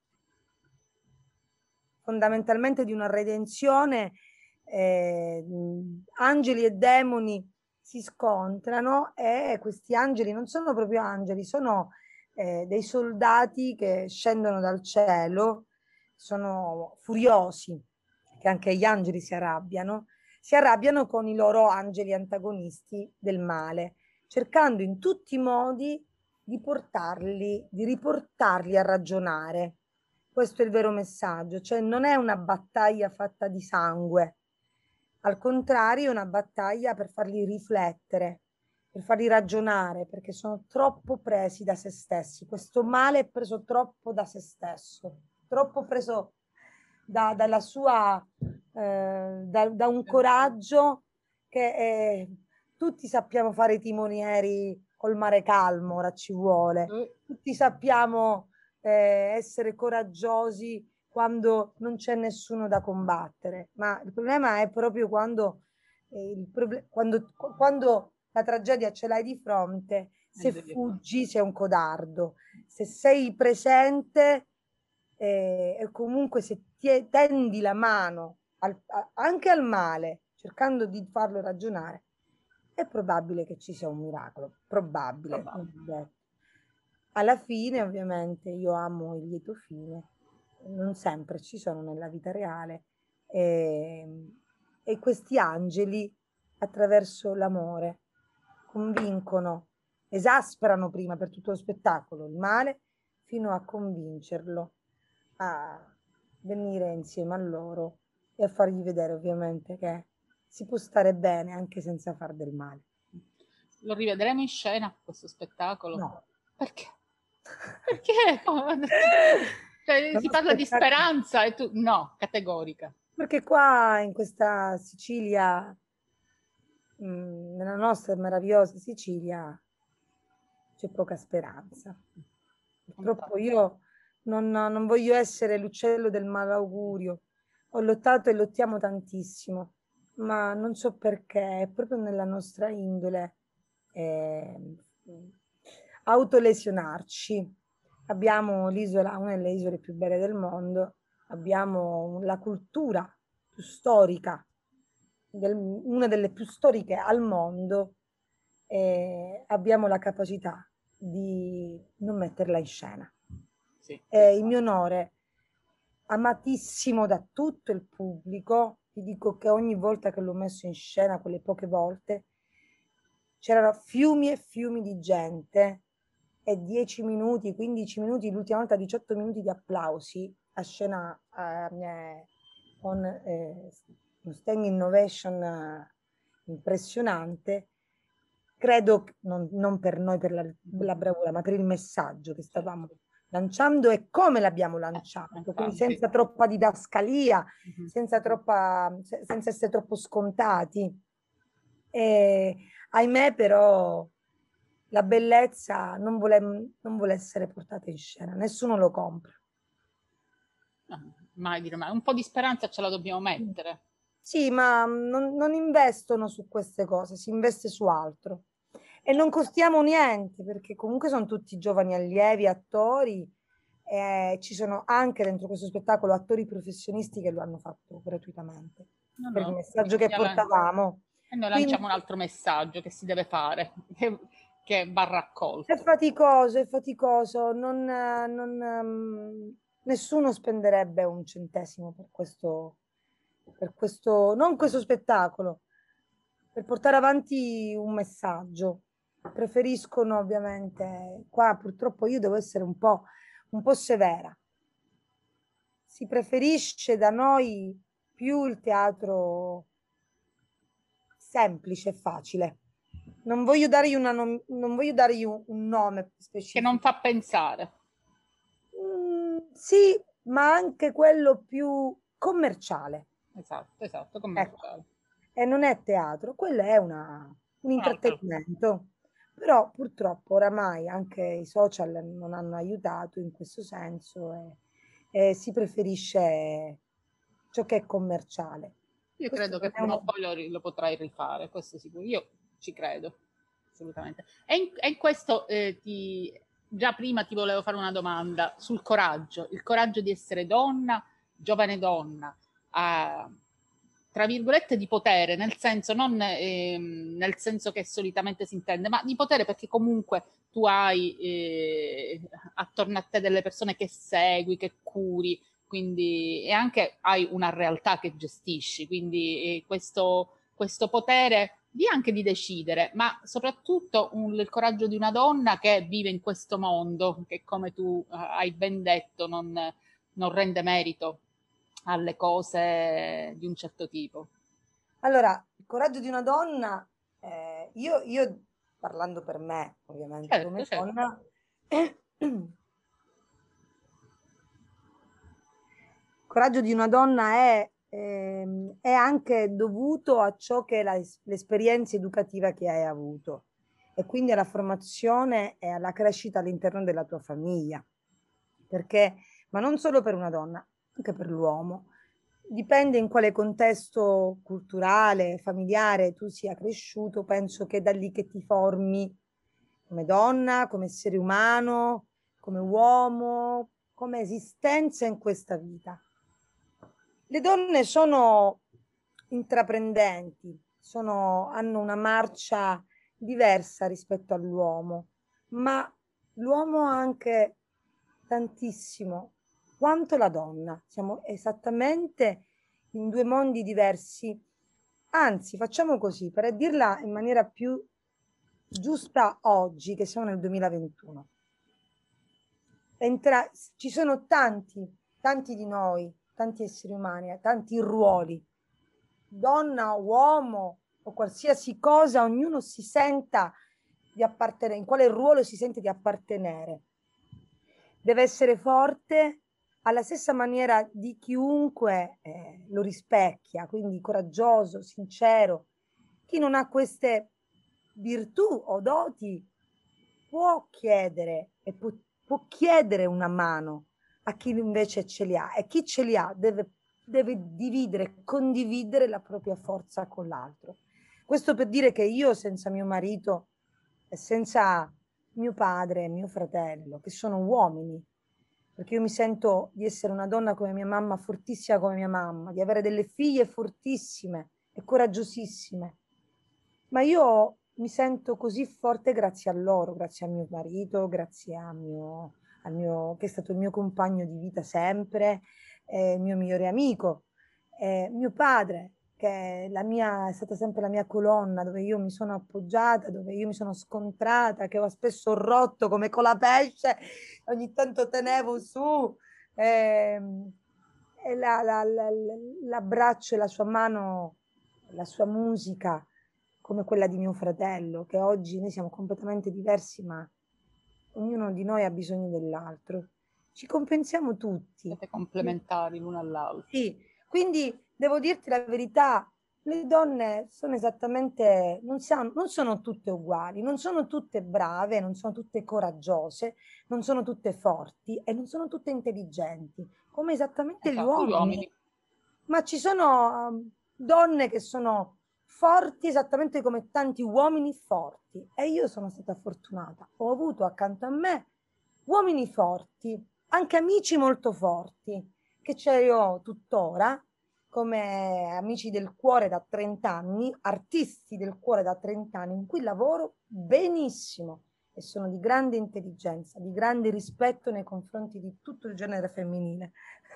fondamentalmente di una redenzione. Eh, angeli e demoni si scontrano, e questi angeli non sono proprio angeli, sono eh, dei soldati che scendono dal cielo, sono furiosi, che anche gli angeli si arrabbiano, si arrabbiano con i loro angeli antagonisti del male, cercando in tutti i modi di portarli, di riportarli a ragionare. Questo è il vero messaggio, cioè non è una battaglia fatta di sangue, al contrario è una battaglia per farli riflettere, per farli ragionare, perché sono troppo presi da se stessi. Questo male è preso troppo da se stesso, troppo preso da, dalla sua, eh, da, da un coraggio che eh, tutti sappiamo fare i timonieri col mare calmo, ora ci vuole. Tutti sappiamo eh, essere coraggiosi quando non c'è nessuno da combattere, ma il problema è proprio quando, eh, il proble- quando, quando la tragedia ce l'hai di fronte, se fuggi sei un codardo, se sei presente eh, e comunque se ti tendi la mano al- a- anche al male, cercando di farlo ragionare, è probabile che ci sia un miracolo, probabile. Probabile. Alla fine, ovviamente, io amo il lieto fine, non sempre ci sono nella vita reale, e, e questi angeli, attraverso l'amore, convincono, esasperano prima per tutto lo spettacolo il male, fino a convincerlo a venire insieme a loro e a fargli vedere ovviamente che si può stare bene anche senza far del male. Lo rivedremo in scena questo spettacolo? No. Perché? Perché? Cioè, No, si parla di spettacolo. speranza e tu no, categorica. Perché qua in questa Sicilia, mh, nella nostra meravigliosa Sicilia, c'è poca speranza. Purtroppo io non, non voglio essere l'uccello del malaugurio. Ho lottato e lottiamo tantissimo, ma non so perché, è proprio nella nostra indole eh, autolesionarci. Abbiamo l'isola, una delle isole più belle del mondo, abbiamo la cultura più storica, del- una delle più storiche al mondo, e abbiamo la capacità di non metterla in scena. Sì. È il mio onore, amatissimo da tutto il pubblico. Ti dico che ogni volta che l'ho messo in scena, quelle poche volte, c'erano fiumi e fiumi di gente e dieci minuti, quindici minuti, l'ultima volta diciotto minuti di applausi a scena eh, con eh, uno standing innovation eh, impressionante. Credo, non, non per noi, per la, la bravura, ma per il messaggio che stavamo lanciando e come l'abbiamo lanciato, Eh, quindi infatti. senza troppa didascalia, Mhm. senza, troppa, se- senza essere troppo scontati. E, ahimè, però, la bellezza non vuole, non vuole essere portata in scena, nessuno lo compra. Ah, mai dire mai. Un po' di speranza ce la dobbiamo mettere. Sì, ma non, non investono su queste cose, si investe su altro. E non costiamo niente, perché comunque sono tutti giovani allievi, attori, e ci sono anche dentro questo spettacolo attori professionisti che lo hanno fatto gratuitamente, No, per il no. messaggio che portavamo. E noi Quindi lanciamo un altro messaggio che si deve fare, che, che va è raccolto. faticoso, è faticoso, non, non, um, nessuno spenderebbe un centesimo per questo, per questo, non questo spettacolo, per portare avanti un messaggio. Preferiscono ovviamente, qua purtroppo io devo essere un po', un po' severa. Si preferisce da noi più il teatro semplice e facile. Non voglio dargli, una nom- non voglio dargli un, un nome Che non specifico. fa pensare. Mm, sì, ma anche quello più commerciale. Esatto, esatto, Ecco. commerciale. E non è teatro, quello è una, un Un altro. intrattenimento. Però purtroppo oramai anche i social non hanno aiutato in questo senso e, e si preferisce ciò che è commerciale. Io Questo credo che non è prima o uno- poi lo, ri- lo potrai rifare, questo è sicuro. Io ci credo, assolutamente. E in, e in questo eh, ti, già prima ti volevo fare una domanda sul coraggio, il coraggio di essere donna, giovane donna, a, tra virgolette di potere, nel senso non ehm, nel senso che solitamente si intende, ma di potere perché comunque tu hai eh, attorno a te delle persone che segui, che curi, quindi e anche hai una realtà che gestisci, quindi eh, questo, questo potere di anche di decidere, ma soprattutto un, il coraggio di una donna che vive in questo mondo, che come tu eh, hai ben detto non, non rende merito alle cose di un certo tipo. Allora, il coraggio di una donna, eh, io, io parlando per me, ovviamente, Certo, come certo. donna, il coraggio di una donna è ehm, è anche dovuto a ciò che è la- l'esperienza educativa che hai avuto e quindi alla formazione e alla crescita all'interno della tua famiglia. Perché, ma non solo per una donna, anche per l'uomo, dipende in quale contesto culturale, familiare tu sia cresciuto, penso che è da lì che ti formi come donna, come essere umano, come uomo, come esistenza in questa vita. Le donne sono intraprendenti, sono, hanno una marcia diversa rispetto all'uomo, ma l'uomo ha anche tantissimo quanto la donna. Siamo esattamente in due mondi diversi. Anzi, facciamo così, per dirla in maniera più giusta oggi, che siamo nel duemilaventuno. Entra- ci sono tanti, tanti di noi, tanti esseri umani, eh, tanti ruoli, donna, uomo o qualsiasi cosa, ognuno si senta di appartenere, in quale ruolo si sente di appartenere. Deve essere forte alla stessa maniera di chiunque eh, lo rispecchia, quindi coraggioso, sincero. Chi non ha queste virtù o doti può chiedere e può, può chiedere una mano a chi invece ce li ha, e chi ce li ha deve, deve dividere, condividere la propria forza con l'altro. Questo per dire che io senza mio marito e senza mio padre e mio fratello, che sono uomini, perché io mi sento di essere una donna come mia mamma, fortissima come mia mamma, di avere delle figlie fortissime e coraggiosissime, ma io mi sento così forte grazie a loro, grazie a mio marito, grazie a mio, al mio, che è stato il mio compagno di vita sempre, eh, il mio migliore amico, eh, mio padre, che è, la mia, è stata sempre la mia colonna, dove io mi sono appoggiata, dove io mi sono scontrata, che ho spesso rotto come con la pesce, ogni tanto tenevo su. ehm, e la- la- la- la- l'abbraccio e la sua mano, la sua musica, come quella di mio fratello, che oggi noi siamo completamente diversi, ma ognuno di noi ha bisogno dell'altro. Ci compensiamo tutti. Siete complementari l'una all'altra. Sì, quindi devo dirti la verità, le donne sono esattamente, non siamo- non sono tutte uguali, non sono tutte brave, non sono tutte coraggiose, non sono tutte forti e non sono tutte intelligenti, come esattamente gli Esatto, gli uomini. uomini. Ma ci sono um, donne che sono forti esattamente come tanti uomini forti, e io sono stata fortunata, ho avuto accanto a me uomini forti, anche amici molto forti, che ce ho tuttora come amici del cuore da trenta anni, artisti del cuore da trenta anni, in cui lavoro benissimo e sono di grande intelligenza, di grande rispetto nei confronti di tutto il genere femminile.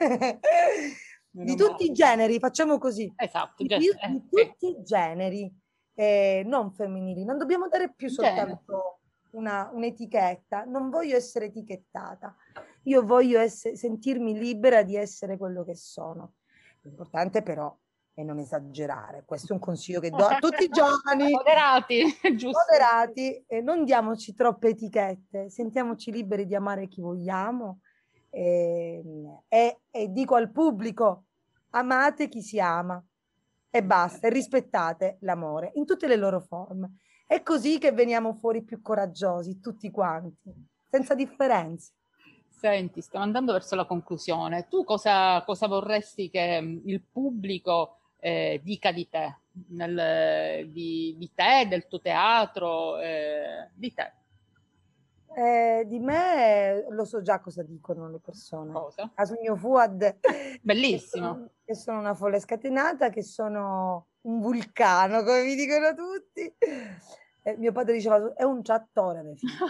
Di Meno tutti i male. generi, facciamo così, Esatto, di, gen- più- eh, di sì, tutti i generi, eh, non femminili. Non dobbiamo dare più genere. soltanto una, un'etichetta, non voglio essere etichettata, io voglio essere, sentirmi libera di essere quello che sono. L'importante però è non esagerare, questo è un consiglio che do a tutti i giovani Moderati, giusto. moderati, e non diamoci troppe etichette, sentiamoci liberi di amare chi vogliamo, e, e, e dico al pubblico, amate chi si ama e basta, e rispettate l'amore in tutte le loro forme. È così che veniamo fuori più coraggiosi, tutti quanti, senza differenze. Senti, stiamo andando verso la conclusione. Tu cosa, cosa vorresti che mh, il pubblico eh, dica di te, Nel- di, di te, del tuo teatro, eh, di te? Eh, di me lo so già cosa dicono le persone. Cosa? Caso mio Fuad, che Bellissimo. sono, che sono una folle scatenata, che sono un vulcano, come mi dicono tutti. Eh, mio padre diceva, è un trattore, mia figlia.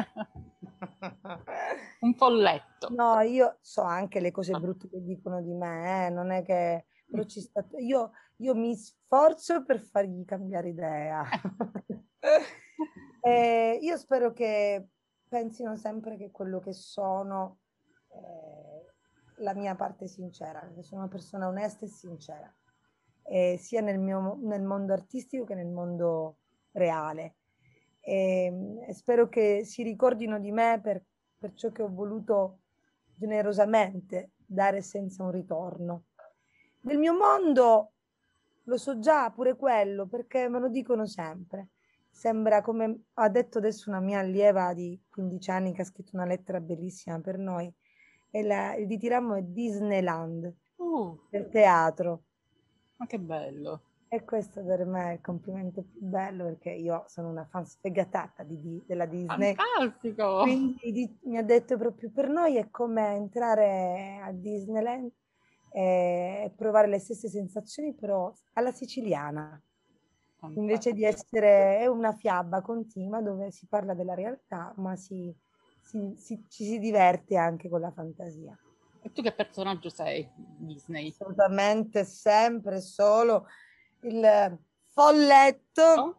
Un folletto. No, io so anche le cose brutte che dicono di me, eh, non è che... Però ci sta... io, io mi sforzo per fargli cambiare idea. Eh, io spero che pensino sempre che quello che sono è la mia parte sincera, che sono una persona onesta e sincera, eh, sia nel mio, nel mondo artistico che nel mondo reale. E, e spero che si ricordino di me per, per ciò che ho voluto generosamente dare senza un ritorno. del mio mondo lo so già pure quello, perché me lo dicono sempre. Sembra, come ha detto adesso una mia allieva di quindici anni che ha scritto una lettera bellissima per noi, e la, il di Tiramo è Disneyland Uh, del teatro. ma che bello. E questo per me è il complimento più bello, perché io sono una fan sfegatata di, di- della Disney. Fantastico. Quindi di- mi ha detto proprio per noi è come entrare a Disneyland e provare le stesse sensazioni, però alla siciliana. Invece di essere è una fiaba continua dove si parla della realtà, ma si, si- si- ci si diverte anche con la fantasia. E tu che personaggio sei, Disney? Assolutamente, sempre solo il folletto, Oh?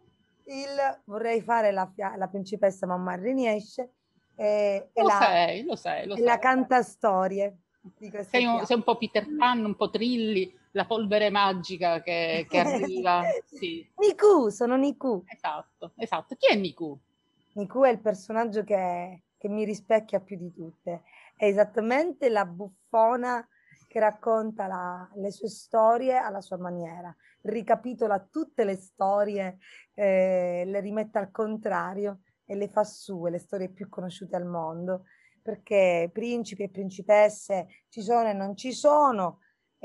il vorrei fare la, fia- la principessa Mamma Riesce e, e Lo la, sei, lo sei, lo e la sei. cantastorie di queste Sei un, fiabe. sei un po' Peter Pan, un po' Trilli, la polvere magica che, che arriva. Sì, Niku, sono Niku. esatto, esatto. Chi è Miku? Niku è il personaggio che, che mi rispecchia più di tutte. È esattamente la buffona che racconta la- le sue storie alla sua maniera, ricapitola tutte le storie, eh, le rimette al contrario e le fa sue, le storie più conosciute al mondo, perché principi e principesse ci sono e non ci sono,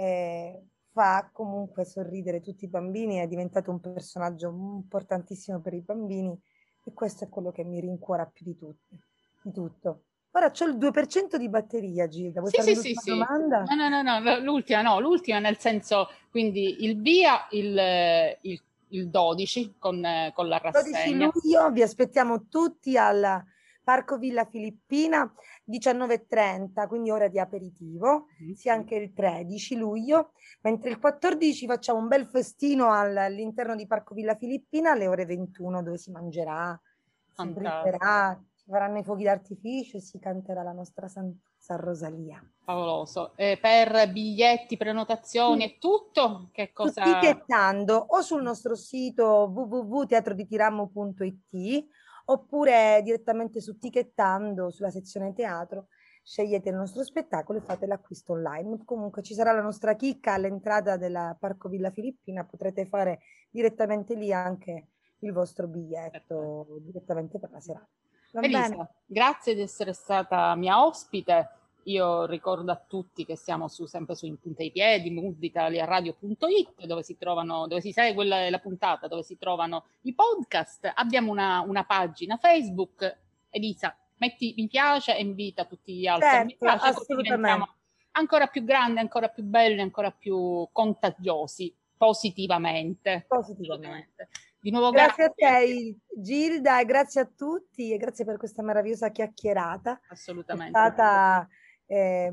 eh, fa comunque sorridere tutti i bambini, è diventato un personaggio importantissimo per i bambini e questo è quello che mi rincuora più di tutto. Di tutto. Ora c'ho il due per cento di batteria, Gilda. Vuoi Sì, farmi sì, sì, l'ultima sì. domanda? No, no, no, no, l'ultima no, l'ultima nel senso, quindi il via il, il, il dodici con, eh, con la dodici rassegna. luglio vi aspettiamo tutti al Parco Villa Filippina, diciannove e trenta, quindi ora di aperitivo, Mm. sia anche il tredici luglio, mentre il quattordici facciamo un bel festino al- all'interno di Parco Villa Filippina alle ore ventuno, dove si mangerà, si Fantastico. brinderà, si faranno i fuochi d'artificio e si canterà la nostra Santa Rosalia. Favoloso. Eh, per biglietti, prenotazioni e tutto, che Su cosa... Tickettando o sul nostro sito w w w punto teatro di tiramo punto i t oppure direttamente su Tickettando sulla sezione teatro, scegliete il nostro spettacolo e fate l'acquisto online. Comunque ci sarà la nostra chicca all'entrata del Parco Villa Filippina, potrete fare direttamente lì anche il vostro biglietto Perfetto. direttamente per la serata. Va bene? Elisa, grazie di essere stata mia ospite. Io ricordo a tutti che siamo su, sempre su In Punta ai Piedi, mood italia radio punto it, dove si trovano, dove si segue la, la puntata, dove si trovano i podcast. Abbiamo una, una pagina Facebook. Elisa, metti mi piace e invita tutti gli altri a mi Certo, piace, così diventiamo assolutamente. ancora più grandi, ancora più belli, ancora più contagiosi, positivamente. Positivamente. Assolutamente. Di nuovo Grazie a grazie. te Gilda e grazie a tutti e grazie per questa meravigliosa chiacchierata. È Assolutamente. stata eh,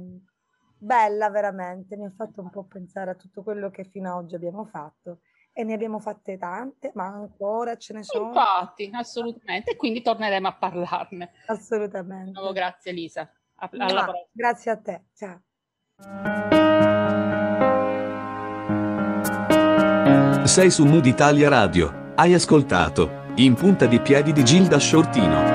bella veramente, mi ha fatto un po' pensare a tutto quello che fino ad oggi abbiamo fatto e ne abbiamo fatte tante, ma ancora ce ne sono. Infatti, assolutamente. E quindi torneremo a parlarne. Assolutamente. Di nuovo grazie Elisa. A- alla Ma, prossima. grazie a te. Ciao. Sei su Mood Italia Radio. Hai ascoltato In Punta di Piedi di Gilda Shortino.